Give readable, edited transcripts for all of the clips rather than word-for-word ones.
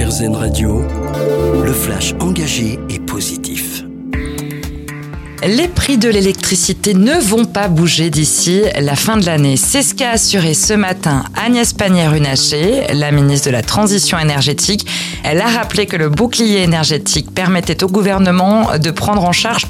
RZN Radio, le flash engagé et positif. Les prix de l'électricité ne vont pas bouger d'ici la fin de l'année. C'est ce qu'a assuré ce matin Agnès Pannier-Runacher, la ministre de la Transition énergétique. Elle a rappelé que le bouclier énergétique permettait au gouvernement de prendre en charge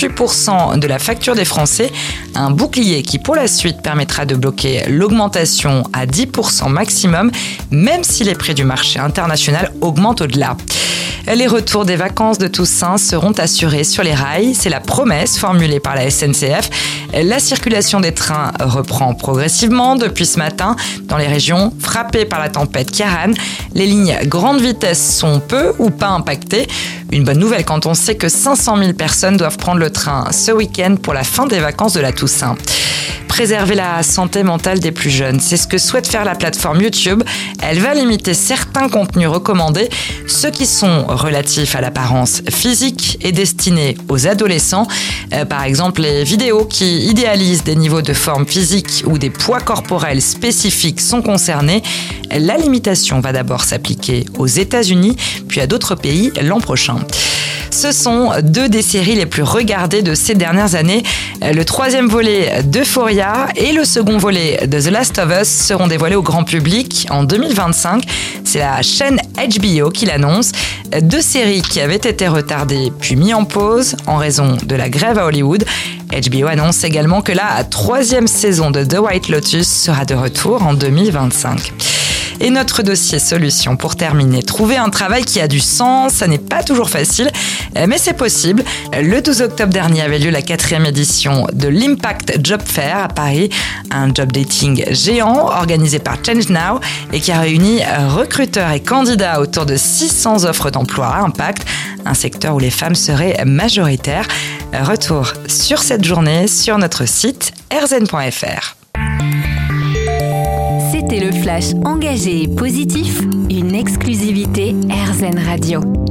38% de la facture des Français. Un bouclier qui, pour la suite, permettra de bloquer l'augmentation à 10% maximum, même si les prix du marché international augmentent au-delà. Les retours des vacances de Toussaint seront assurés sur les rails. C'est la promesse formulée par la SNCF. La circulation des trains reprend progressivement depuis ce matin dans les régions frappées par la tempête Ciarán. Les lignes grande vitesse sont peu ou pas impactées. Une bonne nouvelle quand on sait que 500 000 personnes doivent prendre le train ce week-end pour la fin des vacances de la Toussaint. Préserver la santé mentale des plus jeunes, c'est ce que souhaite faire la plateforme YouTube. Elle va limiter certains contenus recommandés, ceux qui sont relatifs à l'apparence physique et destinés aux adolescents. Par exemple, les vidéos qui idéalisent des niveaux de forme physique ou des poids corporels spécifiques sont concernées. La limitation va d'abord s'appliquer aux États-Unis, puis à d'autres pays l'an prochain. Ce sont deux des séries les plus regardées de ces dernières années. Le troisième volet d'Euphoria et le second volet de The Last of Us seront dévoilés au grand public en 2025. C'est la chaîne HBO qui l'annonce. Deux séries qui avaient été retardées puis mis en pause en raison de la grève à Hollywood. HBO annonce également que la troisième saison de The White Lotus sera de retour en 2025. Et notre dossier solution pour terminer. Trouver un travail qui a du sens, ça n'est pas toujours facile, mais c'est possible. Le 12 octobre dernier avait lieu la 4e édition de l'Impact Job Fair à Paris, un job dating géant organisé par Change Now et qui a réuni recruteurs et candidats autour de 600 offres d'emploi à impact, un secteur où les femmes seraient majoritaires. Retour sur cette journée sur notre site rzn.fr. C'était le flash engagé et positif, une exclusivité RZN Radio.